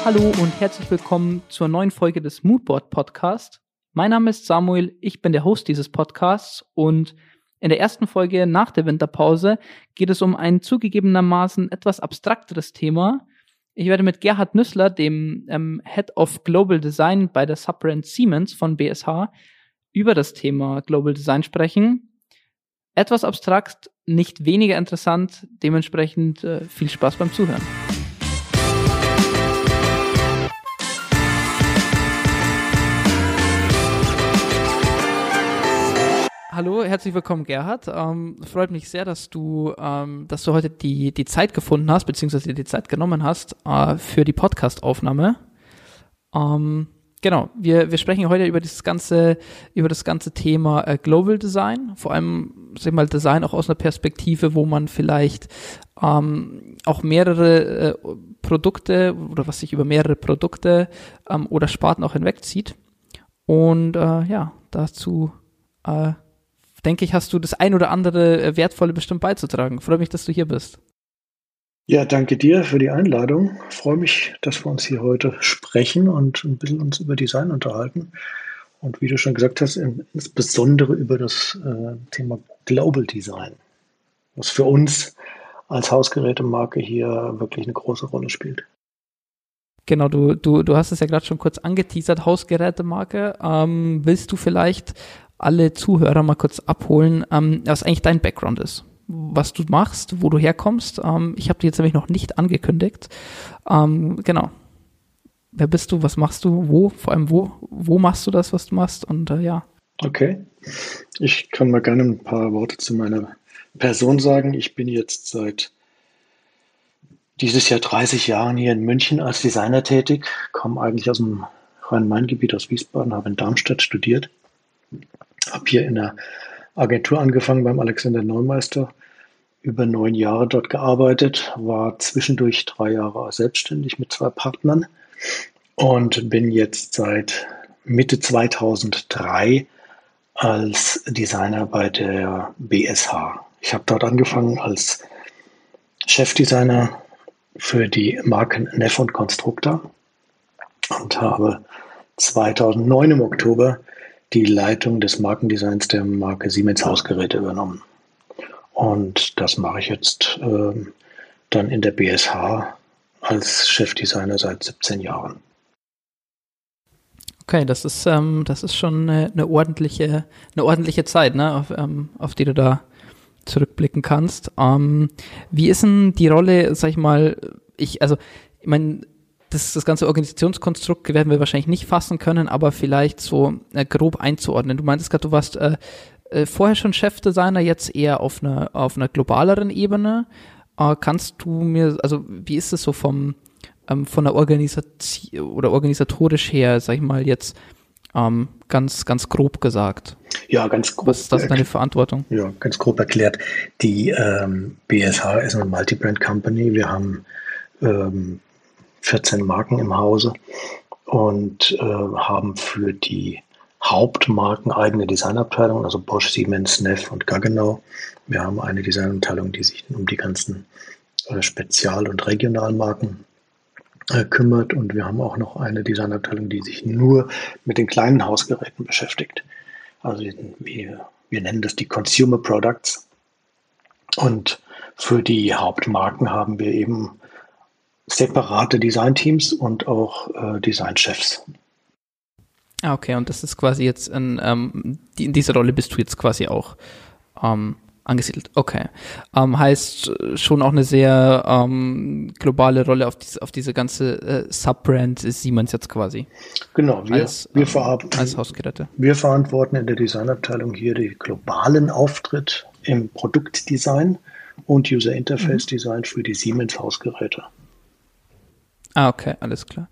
Hallo und herzlich willkommen zur neuen Folge des Moodboard Podcast. Mein Name ist Samuel, ich bin der Host dieses Podcasts und in der ersten Folge nach der Winterpause geht es um ein zugegebenermaßen etwas abstrakteres Thema. Ich werde mit Gerhard Nüssler, dem Head of Global Design bei der Subbrand Siemens von BSH, über das Thema Global Design sprechen. Etwas abstrakt, nicht weniger interessant, dementsprechend viel Spaß beim Zuhören. Hallo, herzlich willkommen, Gerhard. Freut mich sehr, dass du heute die Zeit gefunden hast, beziehungsweise die Zeit genommen hast für die Podcast-Aufnahme. Genau, wir sprechen heute über das ganze Thema Global Design, vor allem, sag ich mal, Design auch aus einer Perspektive, wo man vielleicht auch mehrere Produkte oder was sich über mehrere Produkte oder Sparten auch hinwegzieht. Und dazu denke ich, hast du das ein oder andere Wertvolle bestimmt beizutragen. Freue mich, dass du hier bist. Ja, danke dir für die Einladung. Ich freue mich, dass wir uns hier heute sprechen und ein bisschen uns über Design unterhalten. Und wie du schon gesagt hast, insbesondere über das Thema Global Design, was für uns als Hausgerätemarke hier wirklich eine große Rolle spielt. Genau, du hast es ja gerade schon kurz angeteasert, Hausgerätemarke. Willst du vielleicht alle Zuhörer mal kurz abholen, was eigentlich dein Background ist, was du machst, wo du herkommst. Ich habe dir jetzt nämlich noch nicht angekündigt. Genau. Wer bist du, was machst du, wo, vor allem wo machst du das, was du machst und ja. Okay, ich kann mal gerne ein paar Worte zu meiner Person sagen. Ich bin jetzt seit dieses Jahr 30 Jahren hier in München als Designer tätig, komme eigentlich aus dem Rhein-Main-Gebiet, aus Wiesbaden, habe in Darmstadt studiert. Habe hier in der Agentur angefangen beim Alexander Neumeister, über 9 Jahre dort gearbeitet, war zwischendurch 3 Jahre selbstständig mit 2 Partnern und bin jetzt seit Mitte 2003 als Designer bei der BSH. Ich habe dort angefangen als Chefdesigner für die Marken Neff und Constructa und habe 2009 im Oktober die Leitung des Markendesigns der Marke Siemens Hausgeräte übernommen. Und das mache ich jetzt dann in der BSH als Chefdesigner seit 17 Jahren. Okay, das ist schon eine ordentliche Zeit, ne, auf die du da zurückblicken kannst. Wie ist denn die Rolle, sag ich mal, ich meine, das ganze Organisationskonstrukt werden wir wahrscheinlich nicht fassen können, aber vielleicht so grob einzuordnen. Du meintest gerade, du warst vorher schon Chefdesigner, jetzt eher auf einer globaleren Ebene. Kannst du mir, also wie ist es so von der Organisation oder organisatorisch her, sag ich mal jetzt ganz grob gesagt? Ja, ganz grob. Was ist das deine Verantwortung? Ja, ganz grob erklärt. Die BSH ist eine Multibrand Company. Wir haben 14 Marken im Hause und haben für die Hauptmarken eigene Designabteilungen, also Bosch, Siemens, Neff und Gaggenau. Wir haben eine Designabteilung, die sich um die ganzen Spezial- und Regionalmarken kümmert und wir haben auch noch eine Designabteilung, die sich nur mit den kleinen Hausgeräten beschäftigt. Also wir nennen das die Consumer Products und für die Hauptmarken haben wir eben separate Designteams und auch Designchefs. Okay, und das ist quasi jetzt in dieser Rolle bist du jetzt quasi auch angesiedelt. Okay. Heißt schon auch eine sehr globale Rolle auf diese ganze Subbrand Siemens jetzt quasi. Genau, als Hausgeräte. Wir verantworten in der Designabteilung hier den globalen Auftritt im Produktdesign und User Interface Design für die Siemens Hausgeräte. Okay, alles klar.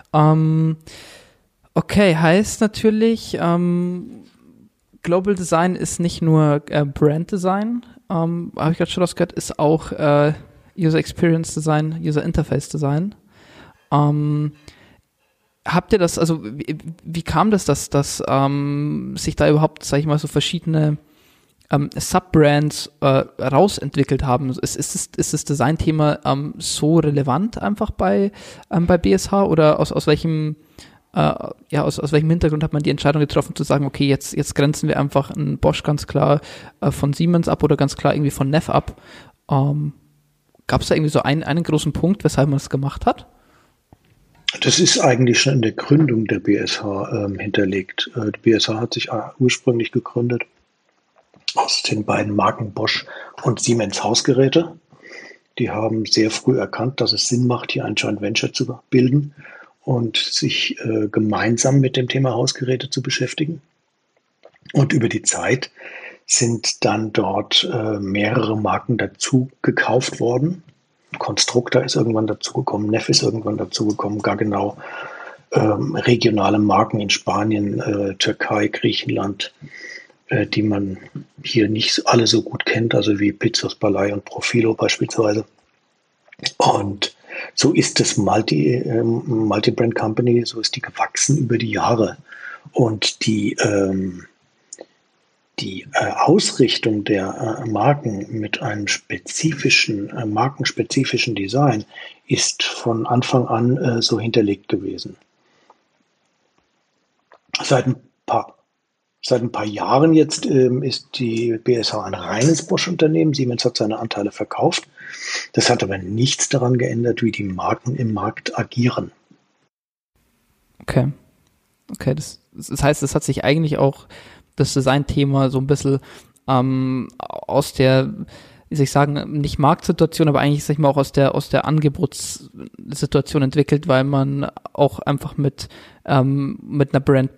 Okay, heißt natürlich, Global Design ist nicht nur Brand Design, habe ich gerade schon rausgehört, ist auch User Experience Design, User Interface Design. Habt ihr das, also wie kam das, dass sich da überhaupt, sag ich mal, so verschiedene Subbrands rausentwickelt haben. Ist das Designthema so relevant einfach bei BSH oder aus welchem aus welchem Hintergrund hat man die Entscheidung getroffen zu sagen, okay, jetzt grenzen wir einfach einen Bosch ganz klar von Siemens ab oder ganz klar irgendwie von Neff ab. Gab es da irgendwie so einen großen Punkt, weshalb man das gemacht hat? Das ist eigentlich schon in der Gründung der BSH hinterlegt. Die BSH hat sich ursprünglich gegründet aus den beiden Marken Bosch und Siemens Hausgeräte. Die haben sehr früh erkannt, dass es Sinn macht, hier ein Joint Venture zu bilden und sich gemeinsam mit dem Thema Hausgeräte zu beschäftigen. Und über die Zeit sind dann dort mehrere Marken dazu gekauft worden. Constructa ist irgendwann dazugekommen, Neff ist irgendwann dazugekommen, Gaggenau, regionale Marken in Spanien, Türkei, Griechenland, die man hier nicht alle so gut kennt, also wie Pizzos Balai und Profilo beispielsweise. Und so ist das Multi-Brand Company, so ist die gewachsen über die Jahre. Und die Ausrichtung der Marken mit einem markenspezifischen Design ist von Anfang an so hinterlegt gewesen. Seit ein paar Jahren jetzt ist die BSH ein reines Bosch-Unternehmen. Siemens hat seine Anteile verkauft. Das hat aber nichts daran geändert, wie die Marken im Markt agieren. Okay, das heißt, es hat sich eigentlich auch das Design-Thema so ein bisschen aus der, wie soll ich sagen, nicht Marktsituation, aber eigentlich, sag ich mal, auch aus der Angebotssituation entwickelt, weil man auch einfach mit einer Brand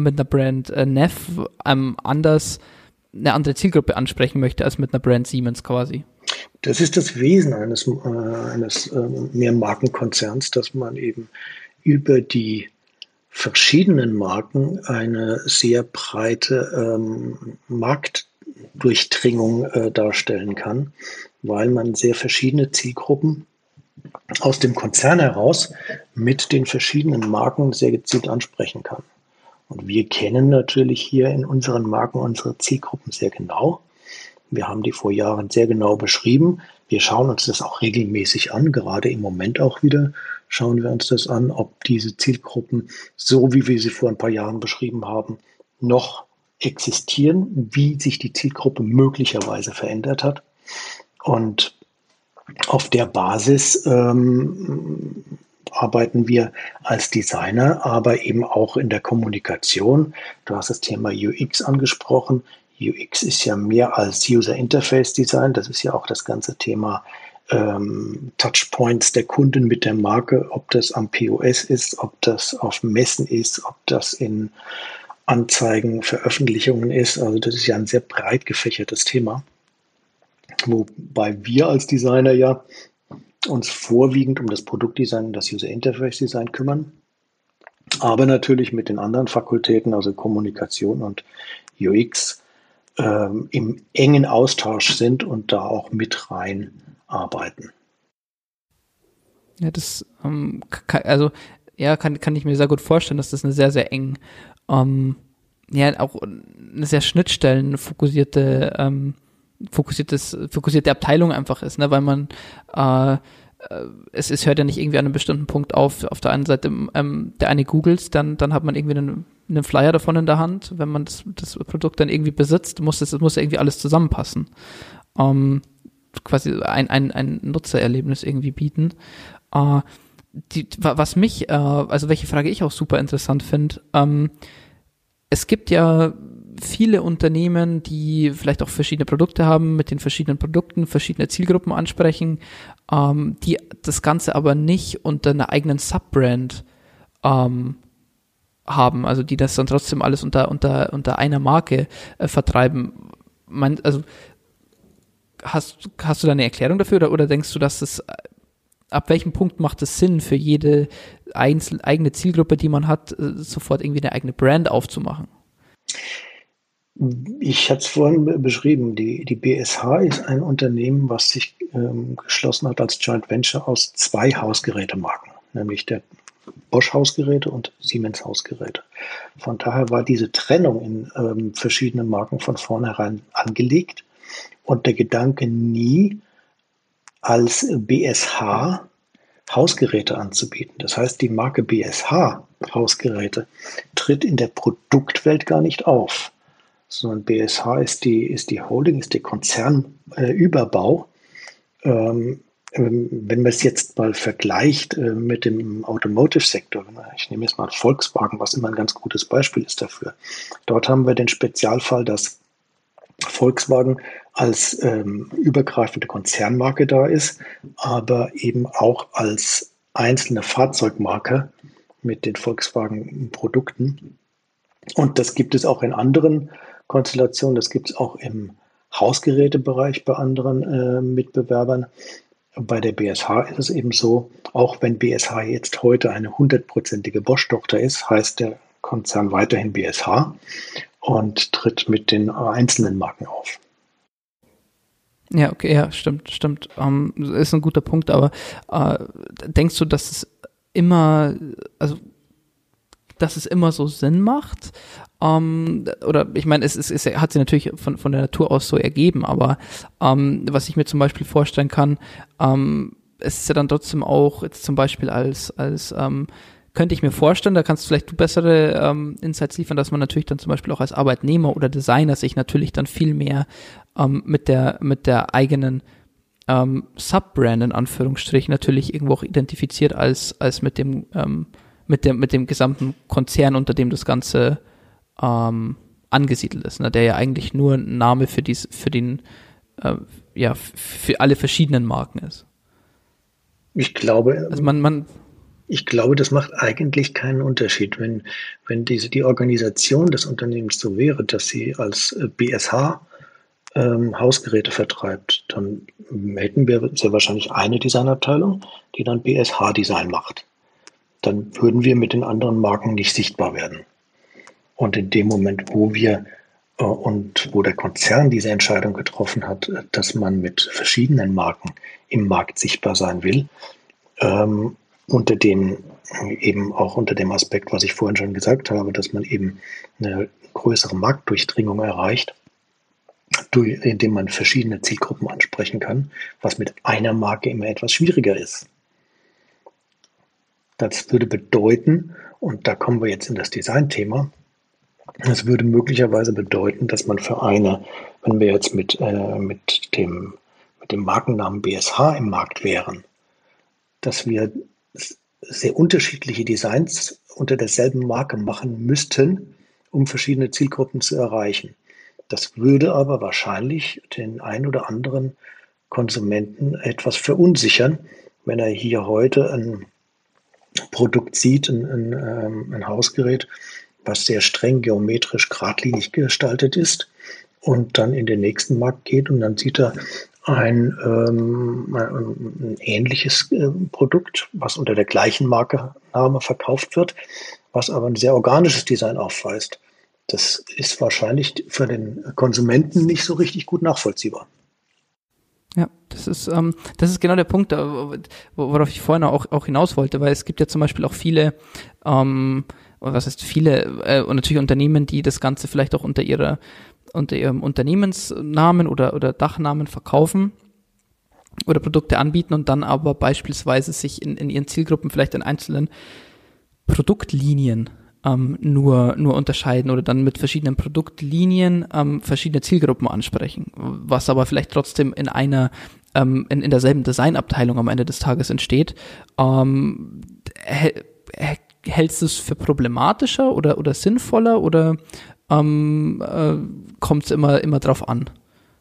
Neff anders eine andere Zielgruppe ansprechen möchte als mit einer Brand Siemens quasi. Das ist das Wesen eines Mehrmarkenkonzerns, dass man eben über die verschiedenen Marken eine sehr breite Marktdurchdringung darstellen kann, weil man sehr verschiedene Zielgruppen aus dem Konzern heraus mit den verschiedenen Marken sehr gezielt ansprechen kann. Und wir kennen natürlich hier in unseren Marken unsere Zielgruppen sehr genau. Wir haben die vor Jahren sehr genau beschrieben. Wir schauen uns das auch regelmäßig an, gerade im Moment auch wieder schauen wir uns das an, ob diese Zielgruppen, so wie wir sie vor ein paar Jahren beschrieben haben, noch existieren, wie sich die Zielgruppe möglicherweise verändert hat. Und auf der Basis arbeiten wir als Designer, aber eben auch in der Kommunikation. Du hast das Thema UX angesprochen. UX ist ja mehr als User Interface Design. Das ist ja auch das ganze Thema Touchpoints der Kunden mit der Marke, ob das am POS ist, ob das auf Messen ist, ob das in Anzeigen, Veröffentlichungen ist. Also das ist ja ein sehr breit gefächertes Thema. Wobei wir als Designer ja uns vorwiegend um das Produktdesign und das User Interface Design kümmern, aber natürlich mit den anderen Fakultäten, also Kommunikation und UX, im engen Austausch sind und da auch mit rein arbeiten. Ja, das kann ich mir sehr gut vorstellen, dass das eine sehr, sehr eng, auch eine sehr schnittstellenfokussierte Abteilung einfach ist, ne, weil man es hört ja nicht irgendwie an einem bestimmten Punkt auf der einen Seite der eine googelt, dann hat man irgendwie einen Flyer davon in der Hand, wenn man das Produkt dann irgendwie besitzt, muss ja irgendwie alles zusammenpassen. Quasi ein Nutzererlebnis irgendwie bieten. Welche Frage ich auch super interessant finde, es gibt ja viele Unternehmen, die vielleicht auch verschiedene Produkte haben, mit den verschiedenen Produkten verschiedene Zielgruppen ansprechen, die das Ganze aber nicht unter einer eigenen Subbrand haben, also die das dann trotzdem alles unter einer Marke vertreiben. Hast du da eine Erklärung dafür oder denkst du, dass es ab welchem Punkt macht es Sinn für jede eigene Zielgruppe, die man hat, sofort irgendwie eine eigene Brand aufzumachen? Ich hatte es vorhin beschrieben, die BSH ist ein Unternehmen, was sich geschlossen hat als Joint Venture aus 2 Hausgerätemarken, nämlich der Bosch Hausgeräte und Siemens Hausgeräte. Von daher war diese Trennung in verschiedenen Marken von vornherein angelegt und der Gedanke nie als BSH Hausgeräte anzubieten. Das heißt, die Marke BSH Hausgeräte tritt in der Produktwelt gar nicht auf, sondern BSH ist die Holding, ist der Konzernüberbau. Wenn man es jetzt mal vergleicht mit dem Automotive-Sektor, ich nehme jetzt mal Volkswagen, was immer ein ganz gutes Beispiel ist dafür. Dort haben wir den Spezialfall, dass Volkswagen als übergreifende Konzernmarke da ist, aber eben auch als einzelne Fahrzeugmarke mit den Volkswagen-Produkten. Und das gibt es auch in anderen Konstellationen, das gibt es auch im Hausgerätebereich bei anderen Mitbewerbern. Bei der BSH ist es eben so, auch wenn BSH jetzt heute eine 100%ige Bosch-Tochter ist, heißt der Konzern weiterhin BSH und tritt mit den einzelnen Marken auf. Ja, okay, ja, stimmt. Ist ein guter Punkt, aber denkst du, dass es immer so Sinn macht? Oder ich meine, es hat sich natürlich von der Natur aus so ergeben, aber was ich mir zum Beispiel vorstellen kann, es ist ja dann trotzdem auch jetzt zum Beispiel als könnte ich mir vorstellen, da kannst vielleicht du bessere Insights liefern, dass man natürlich dann zum Beispiel auch als Arbeitnehmer oder Designer sich natürlich dann viel mehr mit der eigenen Subbrand in Anführungsstrichen natürlich irgendwo auch identifiziert als mit dem gesamten Konzern, unter dem das Ganze angesiedelt ist, ne, der ja eigentlich nur ein Name für alle verschiedenen Marken ist. Ich glaube, also ich glaube, das macht eigentlich keinen Unterschied, wenn die Organisation des Unternehmens so wäre, dass sie als BSH Hausgeräte vertreibt, dann hätten wir sehr wahrscheinlich eine Designabteilung, die dann BSH-Design macht. Dann würden wir mit den anderen Marken nicht sichtbar werden. Und in dem Moment, wo der Konzern diese Entscheidung getroffen hat, dass man mit verschiedenen Marken im Markt sichtbar sein will, unter dem Aspekt, was ich vorhin schon gesagt habe, dass man eben eine größere Marktdurchdringung erreicht, indem man verschiedene Zielgruppen ansprechen kann, was mit einer Marke immer etwas schwieriger ist. Das würde bedeuten, und da kommen wir jetzt in das Designthema, das würde möglicherweise bedeuten, dass man wenn wir jetzt mit dem Markennamen BSH im Markt wären, dass wir sehr unterschiedliche Designs unter derselben Marke machen müssten, um verschiedene Zielgruppen zu erreichen. Das würde aber wahrscheinlich den ein oder anderen Konsumenten etwas verunsichern, wenn er hier heute ein Produkt sieht, ein Hausgerät, was sehr streng geometrisch geradlinig gestaltet ist und dann in den nächsten Markt geht und dann sieht er ein ähnliches Produkt, was unter der gleichen Markenname verkauft wird, was aber ein sehr organisches Design aufweist. Das ist wahrscheinlich für den Konsumenten nicht so richtig gut nachvollziehbar. Ja, das ist genau der Punkt, worauf ich vorhin auch hinaus wollte, weil es gibt ja zum Beispiel auch viele, und natürlich Unternehmen, die das Ganze vielleicht auch unter ihrem Unternehmensnamen oder Dachnamen verkaufen oder Produkte anbieten und dann aber beispielsweise sich in ihren Zielgruppen vielleicht in einzelnen Produktlinien nur unterscheiden oder dann mit verschiedenen Produktlinien verschiedene Zielgruppen ansprechen, was aber vielleicht trotzdem in einer in derselben Designabteilung am Ende des Tages entsteht. Hältst du es für problematischer oder sinnvoller oder kommt es immer drauf an?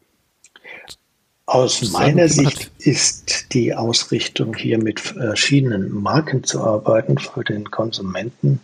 Aus meiner Sicht ist die Ausrichtung, hier mit verschiedenen Marken zu arbeiten für den Konsumenten,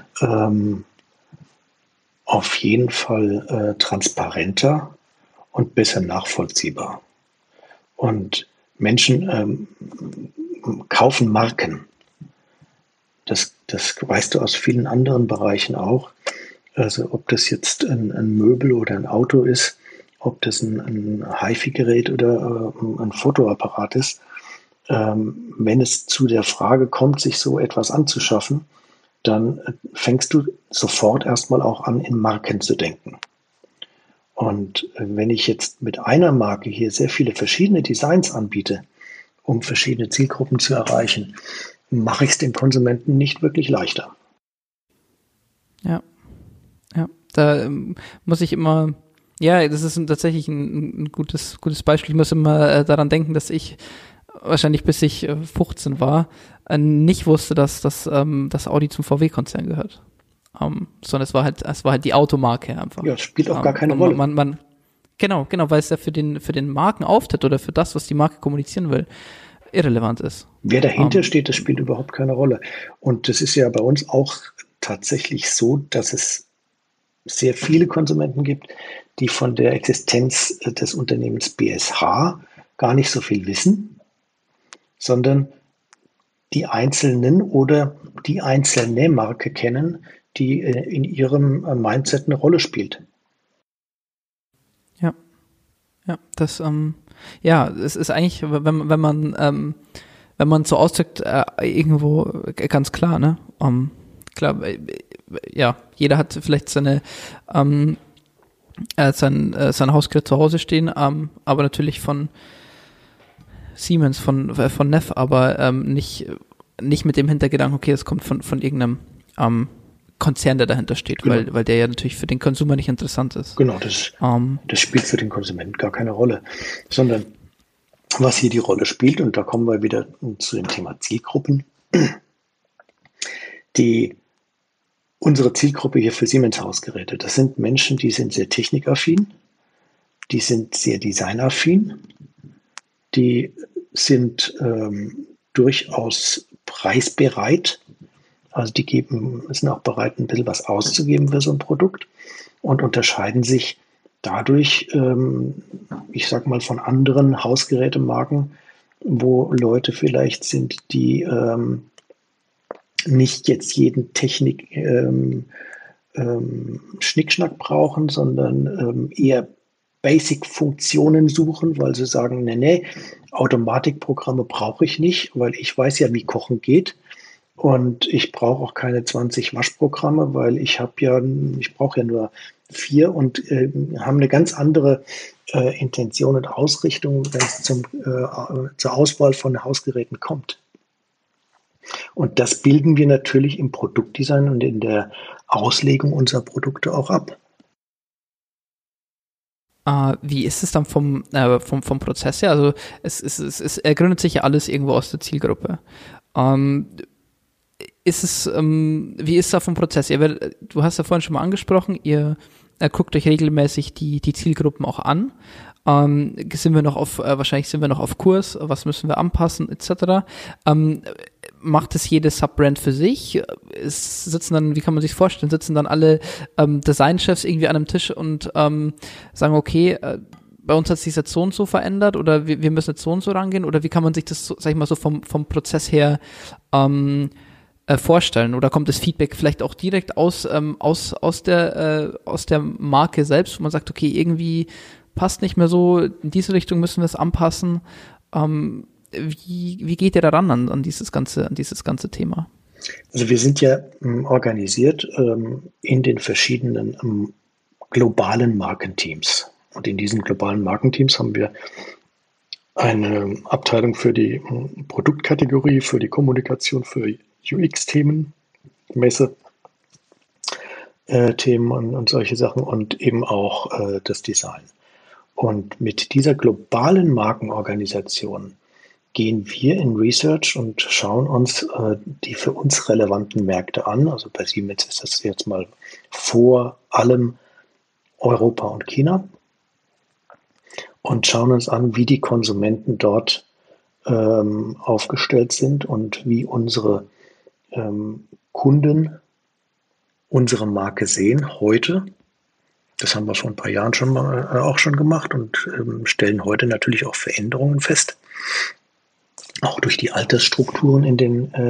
auf jeden Fall transparenter und besser nachvollziehbar. Und Menschen kaufen Marken. Das weißt du aus vielen anderen Bereichen auch. Also ob das jetzt ein Möbel oder ein Auto ist, ob das ein HiFi-Gerät oder ein Fotoapparat ist. wenn es zu der Frage kommt, sich so etwas anzuschaffen, dann fängst du sofort erstmal auch an, in Marken zu denken. Und wenn ich jetzt mit einer Marke hier sehr viele verschiedene Designs anbiete, um verschiedene Zielgruppen zu erreichen, mache ich es dem Konsumenten nicht wirklich leichter. Ja, ja, da muss ich immer, ja, das ist tatsächlich ein gutes Beispiel. Ich muss immer daran denken, dass ich wahrscheinlich bis ich 15 war, nicht wusste, dass Audi zum VW-Konzern gehört. Sondern es war halt die Automarke einfach. Ja, es spielt auch gar keine Rolle. Genau, weil es ja für den Markenauftritt oder für das, was die Marke kommunizieren will, irrelevant ist. Wer dahinter steht, das spielt überhaupt keine Rolle. Und das ist ja bei uns auch tatsächlich so, dass es sehr viele Konsumenten gibt, die von der Existenz des Unternehmens BSH gar nicht so viel wissen, sondern die einzelnen oder die einzelne Marke kennen, die in ihrem Mindset eine Rolle spielt. Ja, das, es ist eigentlich, wenn man so ausdrückt, irgendwo ganz klar, ne? Klar, ja, jeder hat vielleicht sein Hausgerät zu Hause stehen, aber natürlich von Siemens, von Neff, aber nicht mit dem Hintergedanken, okay, es kommt von irgendeinem Konzern, der dahinter steht, genau. weil der ja natürlich für den Konsumer nicht interessant ist. Genau, das spielt für den Konsumenten gar keine Rolle, sondern was hier die Rolle spielt, und da kommen wir wieder zu dem Thema Zielgruppen, unsere Zielgruppe hier für Siemens Hausgeräte, das sind Menschen, die sind sehr technikaffin, die sind sehr designaffin, die sind durchaus preisbereit, also die sind auch bereit, ein bisschen was auszugeben für so ein Produkt und unterscheiden sich dadurch, ich sag mal, von anderen Hausgerätemarken, wo Leute vielleicht sind, die nicht jetzt jeden Schnickschnack brauchen, sondern eher Basic-Funktionen suchen, weil sie sagen, nee, Automatikprogramme brauche ich nicht, weil ich weiß ja, wie Kochen geht. Und ich brauche auch keine 20 Waschprogramme, weil ich brauche ja nur 4 und haben eine ganz andere Intention und Ausrichtung, wenn es zur Auswahl von Hausgeräten kommt. Und das bilden wir natürlich im Produktdesign und in der Auslegung unserer Produkte auch ab. Wie ist es dann vom Prozess her? Also es ergründet sich ja alles irgendwo aus der Zielgruppe. Wie ist da vom Prozess? Du hast ja vorhin schon mal angesprochen, ihr guckt euch regelmäßig die Zielgruppen auch an. Wahrscheinlich sind wir noch auf Kurs, was müssen wir anpassen, etc. Macht es jede Subbrand für sich? Wie kann man sich vorstellen, sitzen dann alle Designchefs irgendwie an einem Tisch und sagen, okay, bei uns hat sich jetzt so und so verändert oder wir müssen jetzt so und so rangehen, oder wie kann man sich das, sag ich mal, so vom Prozess her vorstellen, oder kommt das Feedback vielleicht auch direkt aus der Marke selbst, wo man sagt, okay, irgendwie passt nicht mehr so, in diese Richtung müssen wir es anpassen. Wie geht ihr daran an dieses ganze Thema? Also wir sind ja organisiert in den verschiedenen globalen Markenteams. Und in diesen globalen Markenteams haben wir eine Abteilung für die Produktkategorie, für die Kommunikation, für UX-Themen, Messe-Themen und solche Sachen und eben auch das Design. Und mit dieser globalen Markenorganisation gehen wir in Research und schauen uns die für uns relevanten Märkte an. Also bei Siemens ist das jetzt mal vor allem Europa und China. Und schauen uns an, wie die Konsumenten dort aufgestellt sind und wie unsere Kunden unsere Marke sehen heute. Das haben wir vor ein paar Jahren auch schon gemacht und stellen heute natürlich auch Veränderungen fest. Auch durch die Altersstrukturen in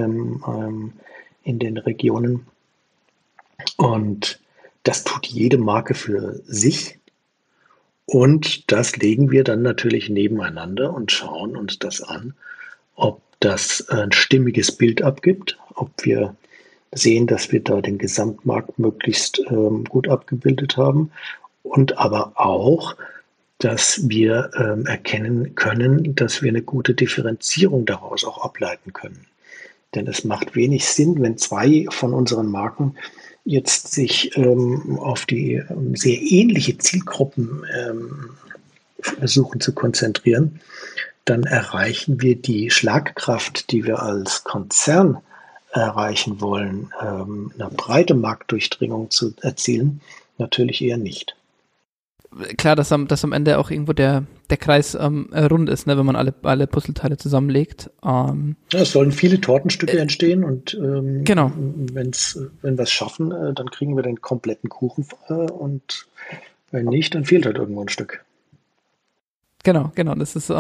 den Regionen. Und das tut jede Marke für sich. Und das legen wir dann natürlich nebeneinander und schauen uns das an ob das ein stimmiges Bild abgibt, ob wir sehen, dass wir da den Gesamtmarkt möglichst gut abgebildet haben und aber auch, dass wir erkennen können, dass wir eine gute Differenzierung daraus auch ableiten können. Denn es macht wenig Sinn, wenn zwei von unseren Marken jetzt sich auf die sehr ähnliche Zielgruppen versuchen zu konzentrieren, dann erreichen wir die Schlagkraft, die wir als Konzern erreichen wollen, eine breite Marktdurchdringung zu erzielen, natürlich eher nicht. Klar, dass am Ende auch irgendwo der Kreis rund ist, ne, wenn man alle Puzzleteile zusammenlegt. Ja, es sollen viele Tortenstücke entstehen und genau. wenn wir es schaffen, dann kriegen wir den kompletten Kuchen und wenn nicht, dann fehlt halt irgendwo ein Stück. Genau. Das ist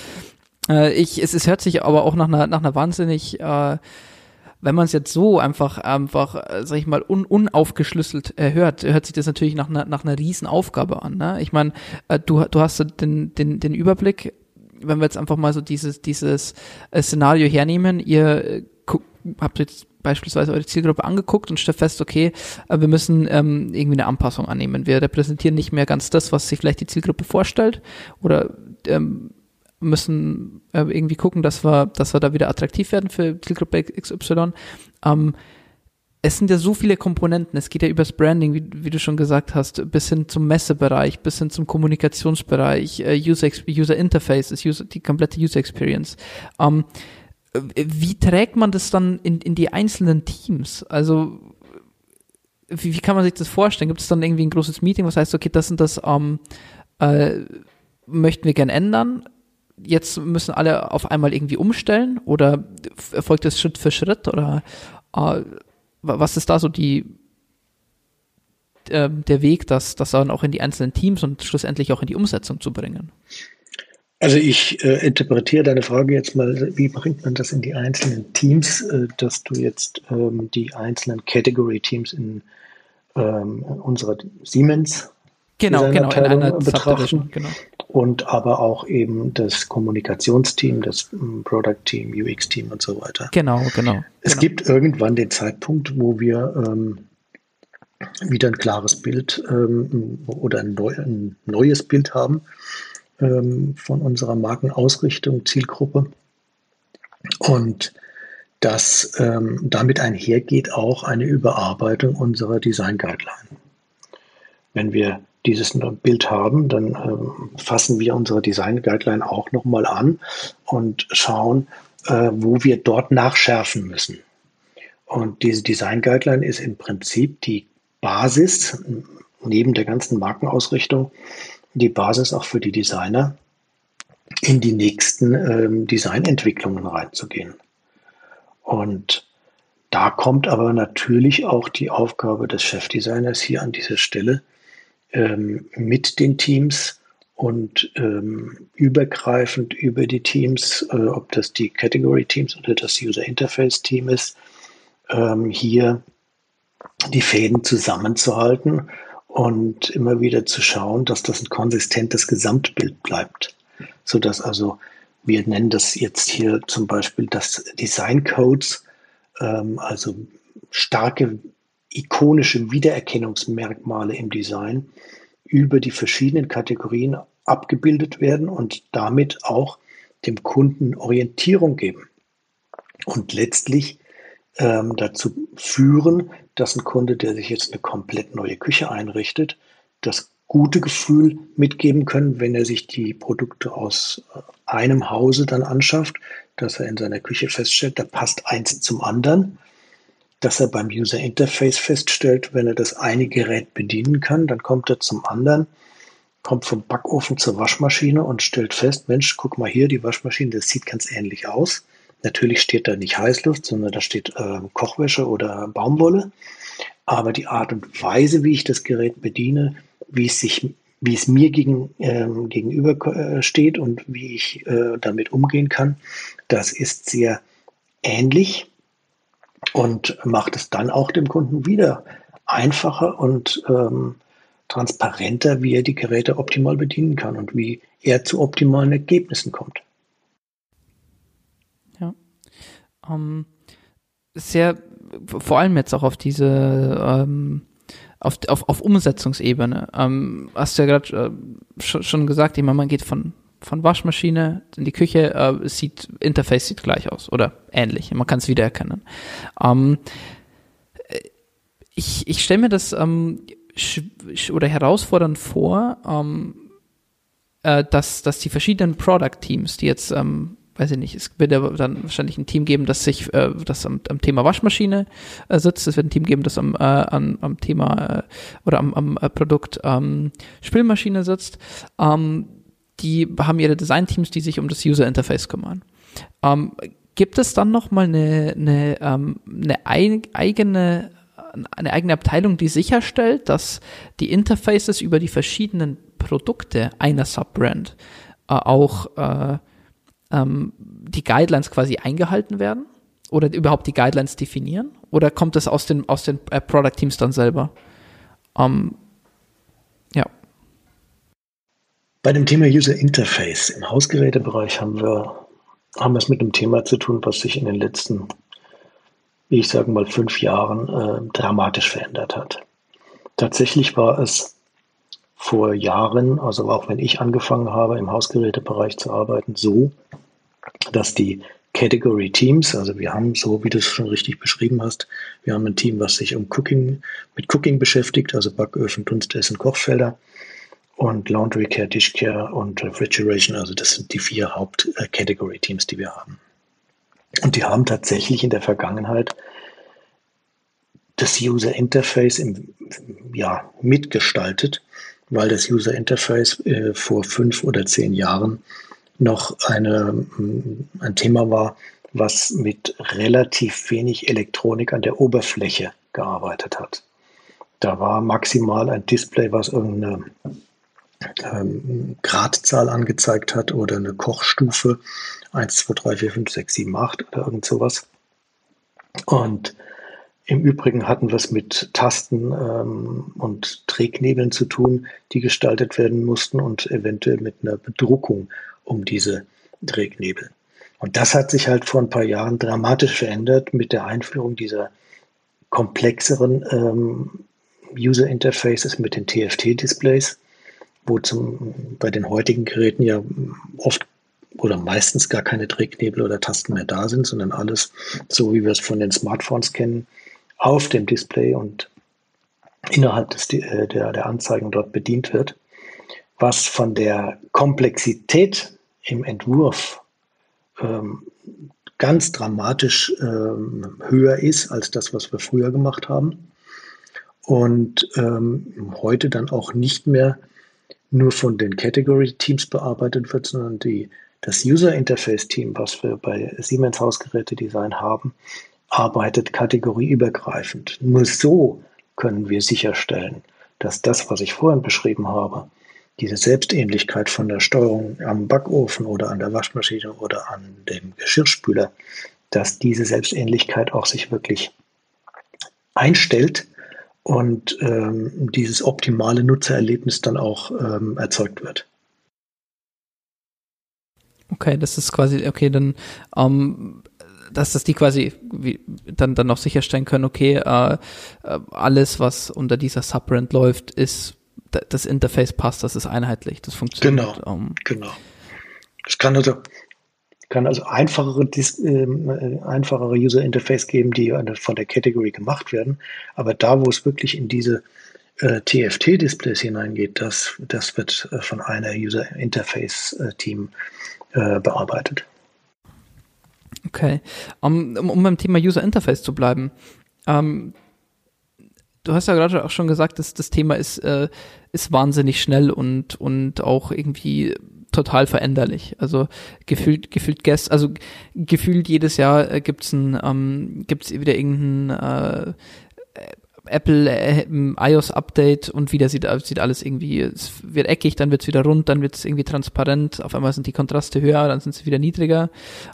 es hört sich aber auch nach einer wahnsinnig wenn man es jetzt so einfach, sag ich mal, unaufgeschlüsselt hört sich das natürlich nach einer riesen Aufgabe an. Ne? Ich meine, du hast den Überblick, wenn wir jetzt einfach mal so dieses Szenario hernehmen, ihr habt jetzt beispielsweise eure Zielgruppe angeguckt und stellt fest, okay, wir müssen irgendwie eine Anpassung annehmen. Wir repräsentieren nicht mehr ganz das, was sich vielleicht die Zielgruppe vorstellt oder müssen irgendwie gucken, dass wir da wieder attraktiv werden für Zielgruppe XY. Es sind ja so viele Komponenten. Es geht ja übers Branding, wie du schon gesagt hast, bis hin zum Messebereich, bis hin zum Kommunikationsbereich, User Interface, die komplette User Experience. Wie trägt man das dann in die einzelnen Teams? Also wie kann man sich das vorstellen? Gibt es dann irgendwie ein großes Meeting, was heißt, okay, das und das möchten wir gern ändern? Jetzt müssen alle auf einmal irgendwie umstellen oder erfolgt das Schritt für Schritt oder was ist da so der Weg, das dann auch in die einzelnen Teams und schlussendlich auch in die Umsetzung zu bringen? Also ich interpretiere deine Frage jetzt mal, wie bringt man das in die einzelnen Teams, dass du jetzt die einzelnen Category-Teams in unserer Siemens Genau, in einer betrachten. Genau. Und aber auch eben das Kommunikationsteam, das Product-Team, UX-Team und so weiter. Genau. Es gibt irgendwann den Zeitpunkt, wo wir wieder ein klares Bild oder ein neues Bild haben von unserer Markenausrichtung, Zielgruppe. Und das damit einhergeht auch eine Überarbeitung unserer Design Guideline. Wenn wir dieses Bild haben, dann fassen wir unsere Design Guideline auch nochmal an und schauen, wo wir dort nachschärfen müssen. Und diese Design Guideline ist im Prinzip die Basis, neben der ganzen Markenausrichtung, die Basis auch für die Designer, in die nächsten Designentwicklungen reinzugehen. Und da kommt aber natürlich auch die Aufgabe des Chefdesigners hier an dieser Stelle, mit den Teams und übergreifend über die Teams, ob das die Category Teams oder das User Interface Team ist, hier die Fäden zusammenzuhalten und immer wieder zu schauen, dass das ein konsistentes Gesamtbild bleibt, sodass also wir nennen das jetzt hier zum Beispiel das Design Codes, also starke ikonische Wiedererkennungsmerkmale im Design über die verschiedenen Kategorien abgebildet werden und damit auch dem Kunden Orientierung geben und letztlich dazu führen, dass ein Kunde, der sich jetzt eine komplett neue Küche einrichtet, das gute Gefühl mitgeben können, wenn er sich die Produkte aus einem Hause dann anschafft, dass er in seiner Küche feststellt, da passt eins zum anderen, dass er beim User Interface feststellt, wenn er das eine Gerät bedienen kann, dann kommt er zum anderen, kommt vom Backofen zur Waschmaschine und stellt fest, Mensch, guck mal hier, die Waschmaschine, das sieht ganz ähnlich aus. Natürlich steht da nicht Heißluft, sondern da steht Kochwäsche oder Baumwolle. Aber die Art und Weise, wie ich das Gerät bediene, wie es mir gegenüber steht und wie ich damit umgehen kann, das ist sehr ähnlich. Und macht es dann auch dem Kunden wieder einfacher und transparenter, wie er die Geräte optimal bedienen kann und wie er zu optimalen Ergebnissen kommt. sehr, vor allem jetzt auch auf diese, auf Umsetzungsebene. Hast du ja gerade schon gesagt, man geht von Waschmaschine in die Küche, Interface sieht gleich aus oder ähnlich, man kann es wiedererkennen. Ich stelle mir das oder herausfordernd vor, dass die verschiedenen Product-Teams, die jetzt, weiß ich nicht, es wird ja dann wahrscheinlich ein Team geben, das am Thema Waschmaschine sitzt, es wird ein Team geben, das am Thema oder am Produkt Spülmaschine sitzt, die haben ihre Design-Teams, die sich um das User-Interface kümmern. Gibt es dann noch mal eine eigene Abteilung, die sicherstellt, dass die Interfaces über die verschiedenen Produkte einer Subbrand auch die Guidelines quasi eingehalten werden? Oder überhaupt die Guidelines definieren? Oder kommt das aus den Product-Teams dann selber? Ja. Bei dem Thema User Interface im Hausgerätebereich haben wir es mit einem Thema zu tun, was sich in den letzten, wie ich sagen mal, 5 Jahren dramatisch verändert hat. Tatsächlich war es vor Jahren, also auch wenn ich angefangen habe, im Hausgerätebereich zu arbeiten, so, dass die Category Teams, also wir haben, so wie du es schon richtig beschrieben hast, wir haben ein Team, was sich mit Cooking beschäftigt, also Backöfen, Dunstessen, Kochfelder und Laundry Care, Dishcare und Refrigeration, also das sind die 4 Haupt-Category Teams, die wir haben. Und die haben tatsächlich in der Vergangenheit das User Interface mitgestaltet, weil das User Interface vor 5 oder 10 Jahren noch ein Thema war, was mit relativ wenig Elektronik an der Oberfläche gearbeitet hat. Da war maximal ein Display, was irgendeine Gradzahl angezeigt hat oder eine Kochstufe 1, 2, 3, 4, 5, 6, 7, 8 oder irgend sowas. Und im Übrigen hatten wir es mit Tasten und Trägnebeln zu tun, die gestaltet werden mussten und eventuell mit einer Bedruckung um diese Trägnebel. Und das hat sich halt vor ein paar Jahren dramatisch verändert mit der Einführung dieser komplexeren User Interfaces mit den TFT-Displays, wo bei den heutigen Geräten ja oft oder meistens gar keine Trägnebel oder Tasten mehr da sind, sondern alles, so wie wir es von den Smartphones kennen, auf dem Display und innerhalb der Anzeigen dort bedient wird, was von der Komplexität im Entwurf ganz dramatisch höher ist als das, was wir früher gemacht haben und heute dann auch nicht mehr nur von den Category-Teams bearbeitet wird, sondern das User-Interface-Team, was wir bei Siemens Hausgeräte-Design haben, arbeitet kategorieübergreifend. Nur so können wir sicherstellen, dass das, was ich vorhin beschrieben habe, diese Selbstähnlichkeit von der Steuerung am Backofen oder an der Waschmaschine oder an dem Geschirrspüler, dass diese Selbstähnlichkeit auch sich wirklich einstellt und dieses optimale Nutzererlebnis dann auch erzeugt wird. Okay, das ist quasi, okay, dann dass das die quasi dann noch sicherstellen können, okay, alles, was unter dieser Subbrand läuft, ist, das Interface passt, das ist einheitlich, das funktioniert. Genau. Es kann also einfachere User Interface geben, die von der Category gemacht werden, aber da, wo es wirklich in diese TFT-Displays hineingeht, das wird von einer User Interface-Team bearbeitet. Okay. Um beim Thema User Interface zu bleiben, du hast ja gerade auch schon gesagt, dass das Thema ist wahnsinnig schnell und auch irgendwie total veränderlich. Also gefühlt jedes Jahr gibt's wieder irgendein Apple iOS-Update und wieder sieht alles irgendwie, es wird eckig, dann wird es wieder rund, dann wird es irgendwie transparent, auf einmal sind die Kontraste höher, dann sind sie wieder niedriger.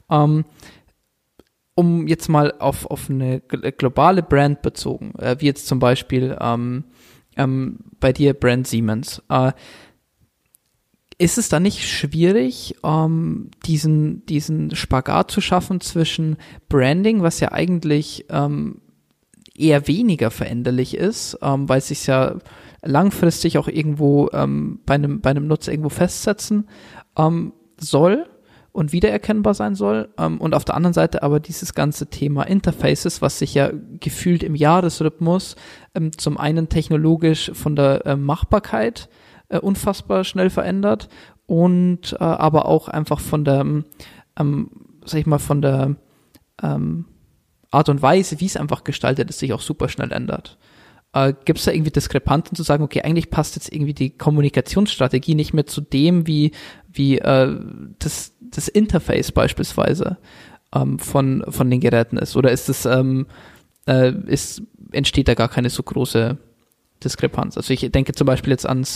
Um jetzt mal auf eine globale Brand bezogen, wie jetzt zum Beispiel bei dir Brand Siemens, ist es da nicht schwierig, diesen Spagat zu schaffen zwischen Branding, was ja eigentlich eher weniger veränderlich ist, weil es sich ja langfristig auch irgendwo bei einem Nutzer irgendwo festsetzen soll und wiedererkennbar sein soll, und auf der anderen Seite aber dieses ganze Thema Interfaces, was sich ja gefühlt im Jahresrhythmus zum einen technologisch von der Machbarkeit unfassbar schnell verändert und aber auch einfach von der, sag ich mal, von der Art und Weise, wie es einfach gestaltet ist, sich auch super schnell ändert. Gibt es da irgendwie Diskrepanzen zu sagen, okay, eigentlich passt jetzt irgendwie die Kommunikationsstrategie nicht mehr zu dem, wie das Interface beispielsweise von den Geräten ist? Oder ist es entsteht da gar keine so große Diskrepanz? Also ich denke zum Beispiel jetzt ans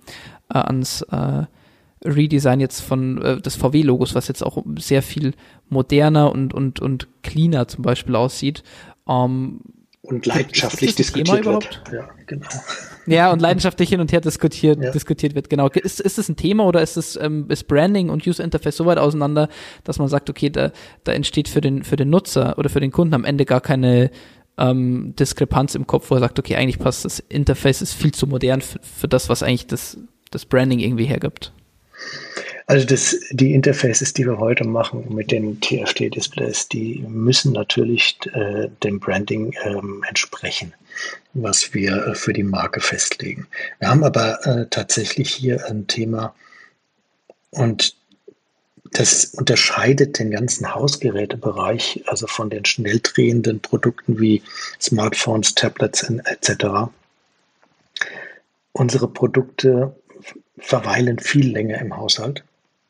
Redesign jetzt von des VW-Logos, was jetzt auch sehr viel moderner und cleaner zum Beispiel aussieht. Und leidenschaftlich diskutiert wird. Ja, genau. Ja, und leidenschaftlich hin und her diskutiert wird, genau. Ist das ein Thema oder ist Branding und User Interface so weit auseinander, dass man sagt, okay, da entsteht für den Nutzer oder für den Kunden am Ende gar keine Diskrepanz im Kopf, wo er sagt, okay, eigentlich passt das Interface, ist viel zu modern für das, was eigentlich das Branding irgendwie hergibt. Also die Interfaces, die wir heute machen mit den TFT-Displays, die müssen natürlich dem Branding entsprechen, was wir für die Marke festlegen. Wir haben aber tatsächlich hier ein Thema, und das unterscheidet den ganzen Hausgerätebereich, also von den schnell drehenden Produkten wie Smartphones, Tablets etc. Unsere Produkte verweilen viel länger im Haushalt.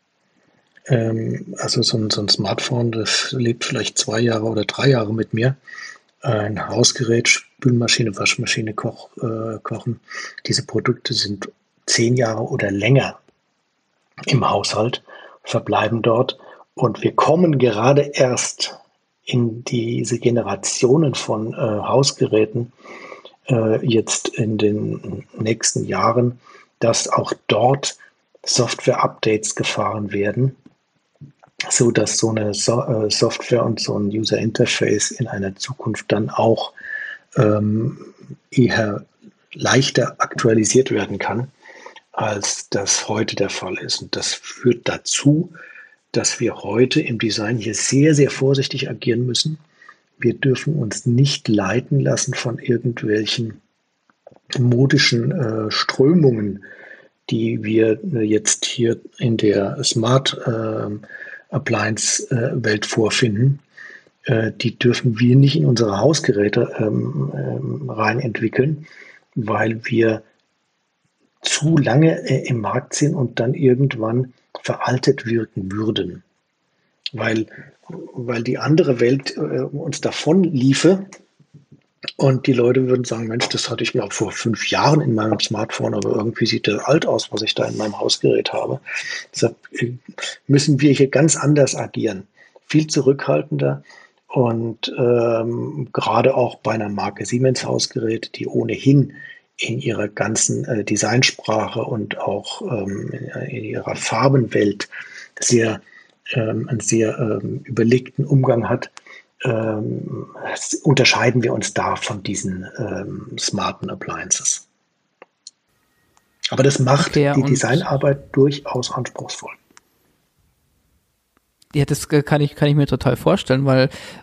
Also so ein Smartphone, das lebt vielleicht 2 Jahre oder 3 Jahre mit mir. Ein Hausgerät, Spülmaschine, Waschmaschine, Kochen. Diese Produkte sind 10 Jahre oder länger im Haushalt, verbleiben dort. Und wir kommen gerade erst in diese Generationen von Hausgeräten jetzt in den nächsten Jahren, dass auch dort Software-Updates gefahren werden, so dass so eine Software und so ein User-Interface in einer Zukunft dann auch eher leichter aktualisiert werden kann, als das heute der Fall ist. Und das führt dazu, dass wir heute im Design hier sehr, sehr vorsichtig agieren müssen. Wir dürfen uns nicht leiten lassen von irgendwelchen modischen Strömungen, die wir jetzt hier in der Smart Appliance-Welt vorfinden. Die dürfen wir nicht in unsere Hausgeräte rein entwickeln, weil wir zu lange im Markt sind und dann irgendwann veraltet wirken würden. Weil die andere Welt uns davon liefe. Und die Leute würden sagen, Mensch, das hatte ich mir auch vor 5 Jahren in meinem Smartphone, aber irgendwie sieht das alt aus, was ich da in meinem Hausgerät habe. Deshalb müssen wir hier ganz anders agieren, viel zurückhaltender und gerade auch bei einer Marke Siemens Hausgeräte, die ohnehin in ihrer ganzen Designsprache und auch in ihrer Farbenwelt einen sehr überlegten Umgang hat, unterscheiden wir uns da von diesen smarten Appliances. Aber das macht die Designarbeit durchaus anspruchsvoll. Ja, das kann ich mir total vorstellen, weil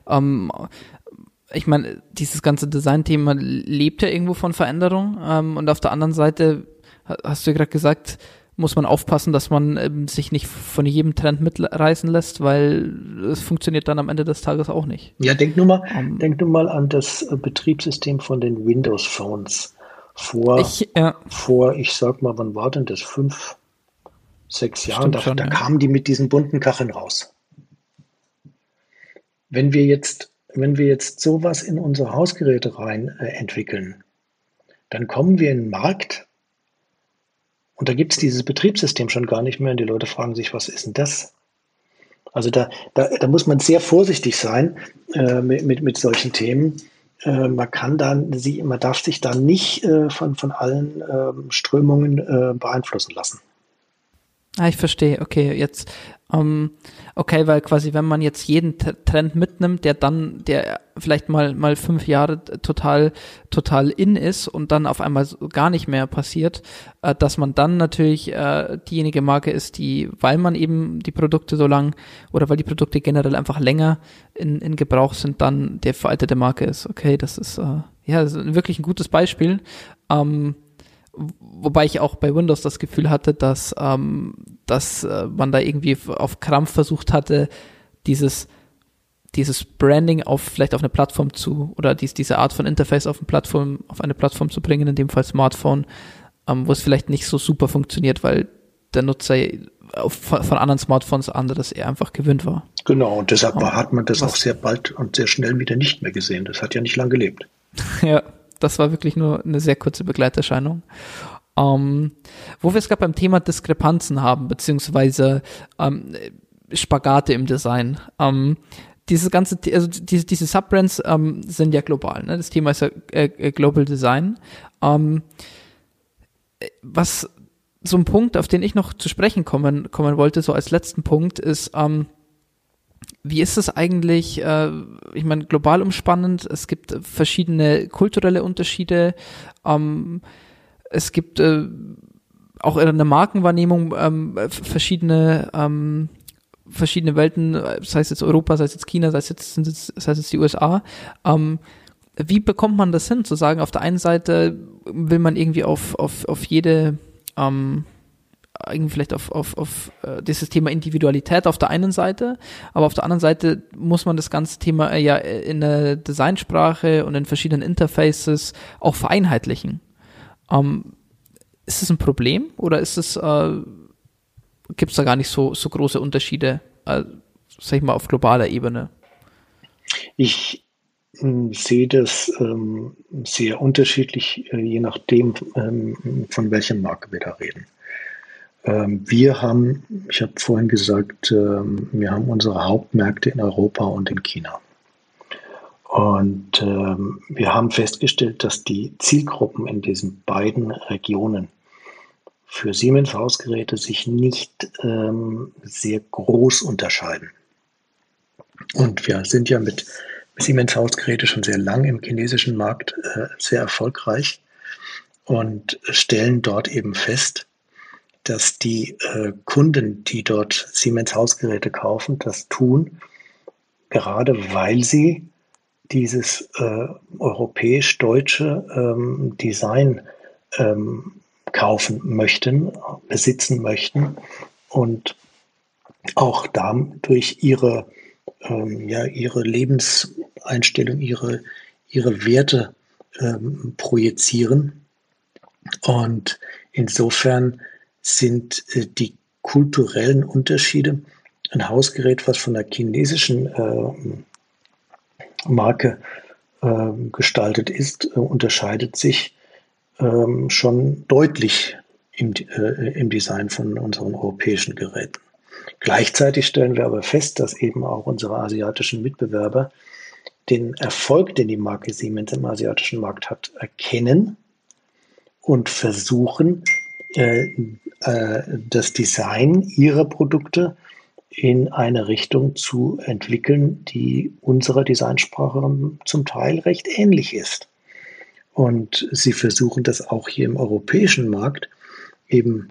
ich meine, dieses ganze Design-Thema lebt ja irgendwo von Veränderung, und auf der anderen Seite, hast du ja gerade gesagt, muss man aufpassen, dass man sich nicht von jedem Trend mitreißen lässt, weil es funktioniert dann am Ende des Tages auch nicht. Ja, denk nur mal an das Betriebssystem von den Windows Phones ich sag mal, wann war denn das? 5, 6 Jahren? Da kamen die mit diesen bunten Kacheln raus. Wenn wir jetzt sowas in unsere Hausgeräte rein entwickeln, dann kommen wir in den Markt, und da gibt es dieses Betriebssystem schon gar nicht mehr und die Leute fragen sich, was ist denn das? Also da muss man sehr vorsichtig sein mit solchen Themen. Man darf sich da nicht von allen Strömungen beeinflussen lassen. Ah, ich verstehe. Okay, jetzt, okay, weil quasi, wenn man jetzt jeden Trend mitnimmt, der vielleicht mal 5 Jahre total in ist und dann auf einmal so gar nicht mehr passiert, dass man dann natürlich diejenige Marke ist, die, weil man eben die Produkte so lang oder weil die Produkte generell einfach länger in Gebrauch sind, dann der veraltete Marke ist. Okay, das ist das ist wirklich ein gutes Beispiel. Wobei ich auch bei Windows das Gefühl hatte, dass man da irgendwie auf Krampf versucht hatte, dieses Branding vielleicht auf eine Plattform oder diese Art von Interface auf eine Plattform zu bringen, in dem Fall Smartphone, wo es vielleicht nicht so super funktioniert, weil der Nutzer von anderen Smartphones anderes eher einfach gewöhnt war. Genau, und deshalb hat man das auch sehr bald und sehr schnell wieder nicht mehr gesehen. Das hat ja nicht lang gelebt. Ja, das war wirklich nur eine sehr kurze Begleiterscheinung. Wo wir es gerade beim Thema Diskrepanzen haben, beziehungsweise Spagate im Design. Diese Subbrands sind ja global. Ne? Das Thema ist ja Global Design. Was so ein Punkt, auf den ich noch zu sprechen kommen wollte, so als letzten Punkt, ist, wie ist es eigentlich, ich meine, global umspannend, es gibt verschiedene kulturelle Unterschiede, es gibt auch in der Markenwahrnehmung verschiedene Welten, sei es jetzt Europa, sei es jetzt China, sei es jetzt die USA. Wie bekommt man das hin, zu sagen, auf der einen Seite will man irgendwie auf jede irgendwie vielleicht auf dieses Thema Individualität auf der einen Seite, aber auf der anderen Seite muss man das ganze Thema ja in der Designsprache und in verschiedenen Interfaces auch vereinheitlichen. Ist es ein Problem oder gibt es da gar nicht so große Unterschiede, sag ich mal, auf globaler Ebene? Ich sehe das sehr unterschiedlich, je nachdem, von welcher Marke wir da reden. Ich habe vorhin gesagt, wir haben unsere Hauptmärkte in Europa und in China. Und wir haben festgestellt, dass die Zielgruppen in diesen beiden Regionen für Siemens-Hausgeräte sich nicht sehr groß unterscheiden. Und wir sind ja mit Siemens-Hausgeräte schon sehr lang im chinesischen Markt sehr erfolgreich und stellen dort eben fest, dass die Kunden, die dort Siemens-Hausgeräte kaufen, das tun, gerade weil sie dieses europäisch-deutsche Design kaufen möchten, besitzen möchten und auch dadurch ihre Lebenseinstellung, ihre Werte projizieren. Und insofern sind die kulturellen Unterschiede, ein Hausgerät, was von der chinesischen Marke gestaltet ist, unterscheidet sich schon deutlich im Design von unseren europäischen Geräten. Gleichzeitig stellen wir aber fest, dass eben auch unsere asiatischen Mitbewerber den Erfolg, den die Marke Siemens im asiatischen Markt hat, erkennen und versuchen, das Design ihrer Produkte in eine Richtung zu entwickeln, die unserer Designsprache zum Teil recht ähnlich ist. Und sie versuchen das auch hier im europäischen Markt eben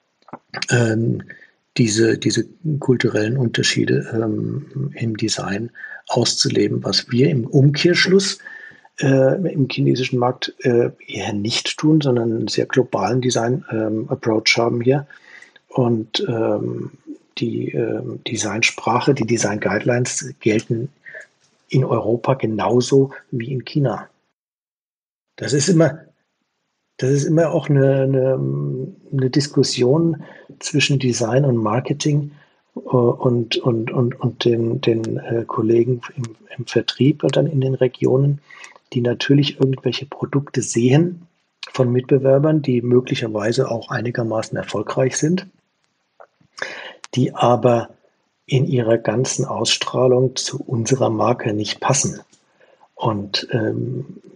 diese kulturellen Unterschiede im Design auszuleben, was wir im Umkehrschluss im chinesischen Markt eher nicht tun, sondern einen sehr globalen Design-Approach haben hier. Und die Designsprache, die Design-Guidelines gelten in Europa genauso wie in China. Das ist immer auch eine Diskussion zwischen Design und Marketing und den Kollegen im Vertrieb und dann in den Regionen, die natürlich irgendwelche Produkte sehen von Mitbewerbern, die möglicherweise auch einigermaßen erfolgreich sind, die aber in ihrer ganzen Ausstrahlung zu unserer Marke nicht passen. Und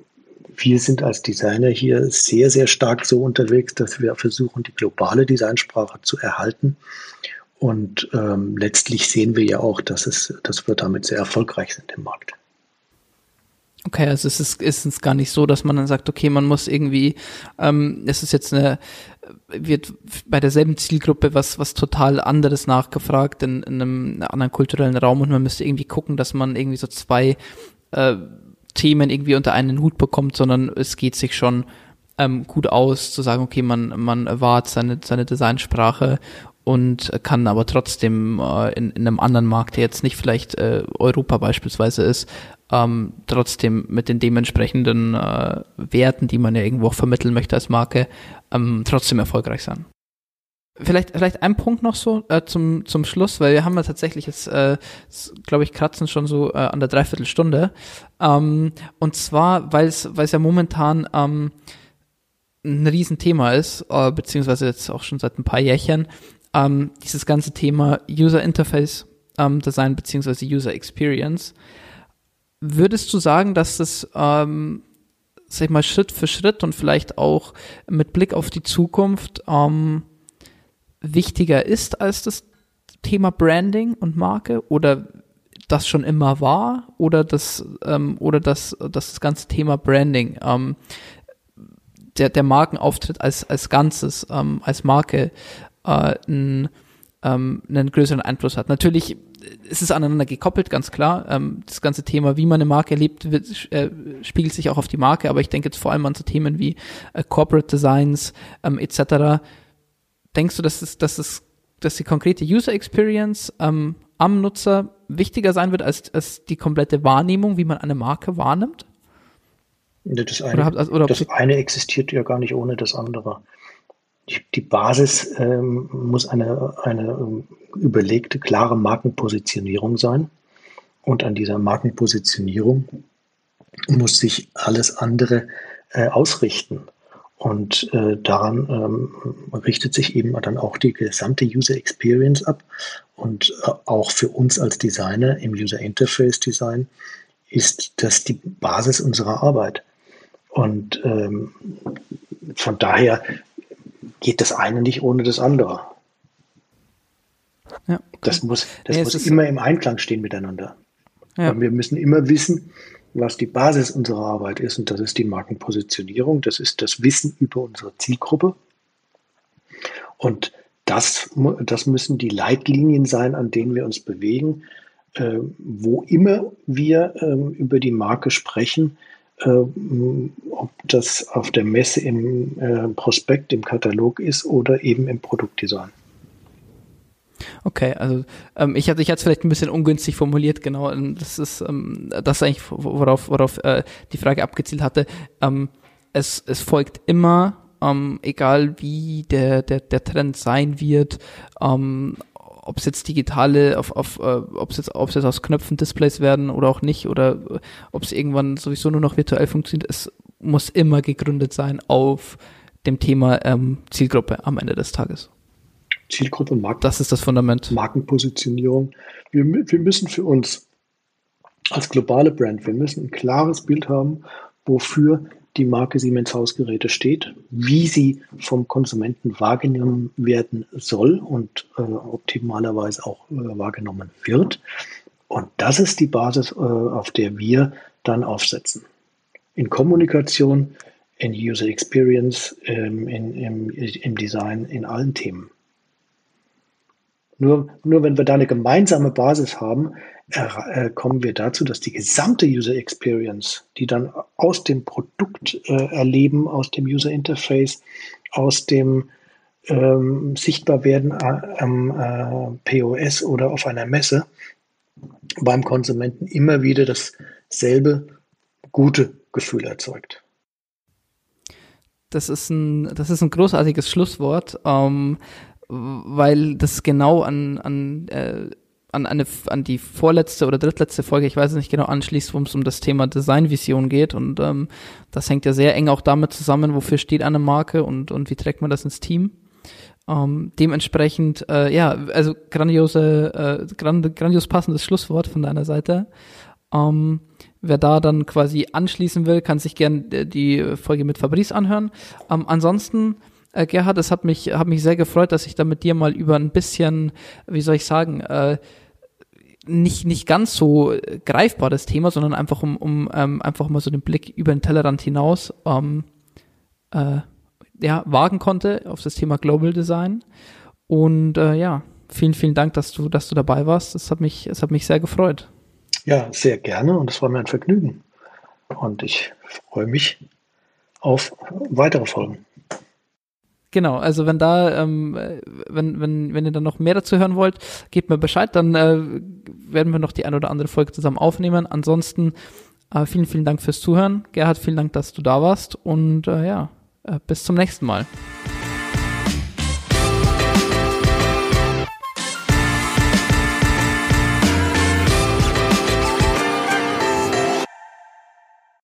wir sind als Designer hier sehr, sehr stark so unterwegs, dass wir versuchen, die globale Designsprache zu erhalten. Und letztlich sehen wir ja auch, dass wir damit sehr erfolgreich sind im Markt. Okay, also ist es gar nicht so, dass man dann sagt, okay, man muss irgendwie, es ist jetzt wird bei derselben Zielgruppe was total anderes nachgefragt in einem anderen kulturellen Raum und man müsste irgendwie gucken, dass man irgendwie so zwei Themen irgendwie unter einen Hut bekommt, sondern es geht sich schon gut aus, zu sagen, okay, man wahrt seine Designsprache und kann aber trotzdem in einem anderen Markt, der jetzt nicht vielleicht Europa beispielsweise ist, trotzdem mit den dementsprechenden Werten, die man ja irgendwo auch vermitteln möchte als Marke, trotzdem erfolgreich sein. Vielleicht ein Punkt noch so zum Schluss, weil wir haben ja tatsächlich jetzt, glaube ich, kratzen schon so an der Dreiviertelstunde. Und zwar, weil es ja momentan ein Riesenthema ist, beziehungsweise jetzt auch schon seit ein paar Jährchen, dieses ganze Thema User Interface Design beziehungsweise User Experience. Würdest du sagen, dass das, sag ich mal, Schritt für Schritt und vielleicht auch mit Blick auf die Zukunft wichtiger ist als das Thema Branding und Marke oder das schon immer war oder das ganze Thema Branding, der Markenauftritt als Ganzes, als Marke einen größeren Einfluss hat. Natürlich ist es aneinander gekoppelt, ganz klar. Das ganze Thema, wie man eine Marke erlebt, spiegelt sich auch auf die Marke, aber ich denke jetzt vor allem an so Themen wie Corporate Designs etc. Denkst du, dass die konkrete User Experience am Nutzer wichtiger sein wird als die komplette Wahrnehmung, wie man eine Marke wahrnimmt? Das eine existiert ja gar nicht ohne das andere. Die Basis muss eine überlegte, klare Markenpositionierung sein. Und an dieser Markenpositionierung muss sich alles andere ausrichten. Und daran richtet sich eben dann auch die gesamte User Experience ab. Und auch für uns als Designer im User Interface Design ist das die Basis unserer Arbeit. Und von daher geht das eine nicht ohne das andere. Ja, okay. Das muss immer im Einklang stehen miteinander. Ja. Wir müssen immer wissen, was die Basis unserer Arbeit ist. Und das ist die Markenpositionierung. Das ist das Wissen über unsere Zielgruppe. Und das müssen die Leitlinien sein, an denen wir uns bewegen. Wo immer wir über die Marke sprechen, ob das auf der Messe im Prospekt, im Katalog ist oder eben im Produktdesign. Okay, also ich hatte es vielleicht ein bisschen ungünstig formuliert, genau. Das ist das eigentlich, worauf die Frage abgezielt hatte. Es folgt immer, egal wie der Trend sein wird, ob es jetzt digitale, ob es jetzt aus Knöpfen Displays werden oder auch nicht, oder ob es irgendwann sowieso nur noch virtuell funktioniert, es muss immer gegründet sein auf dem Thema Zielgruppe am Ende des Tages. Zielgruppe, das ist das Fundament. Markenpositionierung. Wir müssen für uns als globale Brand, wir müssen ein klares Bild haben, wofür die Marke Siemens Hausgeräte steht, wie sie vom Konsumenten wahrgenommen werden soll und optimalerweise auch wahrgenommen wird. Und das ist die Basis, auf der wir dann aufsetzen. In Kommunikation, in User Experience, im Design, in allen Themen. Nur wenn wir da eine gemeinsame Basis haben, kommen wir dazu, dass die gesamte User Experience, die dann aus dem Produkt erleben, aus dem User Interface, aus dem Sichtbarwerden am POS oder auf einer Messe, beim Konsumenten immer wieder dasselbe gute Gefühl erzeugt. Das ist ein großartiges Schlusswort, weil das genau an die vorletzte oder drittletzte Folge, ich weiß es nicht genau, anschließt, worum es um das Thema Designvision geht. Und das hängt ja sehr eng auch damit zusammen, wofür steht eine Marke und wie trägt man das ins Team. Dementsprechend, also grandios passendes Schlusswort von deiner Seite. wer da dann quasi anschließen will, kann sich gern die Folge mit Fabrice anhören. Ansonsten, Gerhard, es hat mich sehr gefreut, dass ich da mit dir mal über ein bisschen, wie soll ich sagen, nicht ganz so greifbares Thema, sondern einfach einfach mal so den Blick über den Tellerrand hinaus wagen konnte auf das Thema Global Design. Und vielen, vielen Dank, dass du dabei warst. Es hat mich sehr gefreut. Ja, sehr gerne und es war mir ein Vergnügen. Und ich freue mich auf weitere Folgen. Genau, also wenn ihr dann noch mehr dazu hören wollt, gebt mir Bescheid, dann werden wir noch die ein oder andere Folge zusammen aufnehmen. Ansonsten vielen, vielen Dank fürs Zuhören. Gerhard, vielen Dank, dass du da warst und bis zum nächsten Mal.